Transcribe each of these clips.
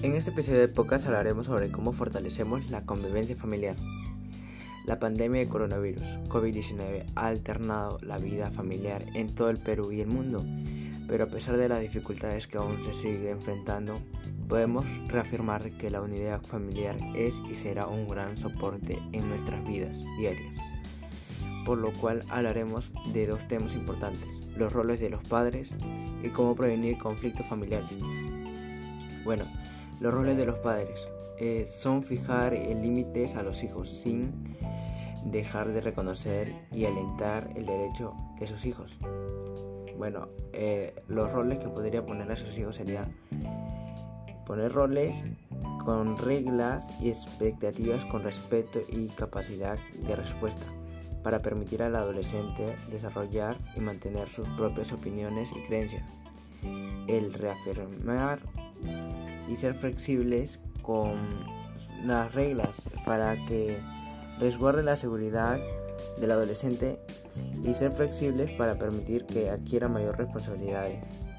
En este episodio de podcast hablaremos sobre cómo fortalecemos la convivencia familiar. La pandemia de coronavirus COVID-19 ha alternado la vida familiar en todo el Perú y el mundo, pero a pesar de las dificultades que aún se sigue enfrentando, podemos reafirmar que la unidad familiar es y será un gran soporte en nuestras vidas diarias, por lo cual hablaremos de dos temas importantes: los roles de los padres y cómo prevenir conflictos familiares. Bueno, los roles de los padres son fijar límites a los hijos sin dejar de reconocer y alentar el derecho de sus hijos. Bueno, los roles que podría poner a sus hijos serían poner roles con reglas y expectativas con respeto y capacidad de respuesta para permitir al adolescente desarrollar y mantener sus propias opiniones y creencias. El reafirmar y ser flexibles con las reglas para que resguarde la seguridad del adolescente y ser flexibles para permitir que adquiera mayor responsabilidad.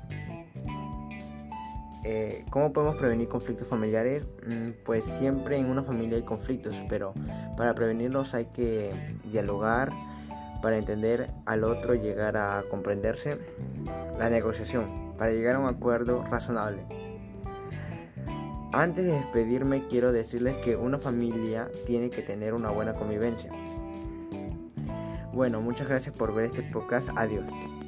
¿Cómo podemos prevenir conflictos familiares? Pues siempre en una familia hay conflictos, pero para prevenirlos hay que dialogar para entender al otro, llegar a comprenderse. La negociación para llegar a un acuerdo razonable. Antes de despedirme, quiero decirles que una familia tiene que tener una buena convivencia. Bueno, muchas gracias por ver este podcast. Adiós.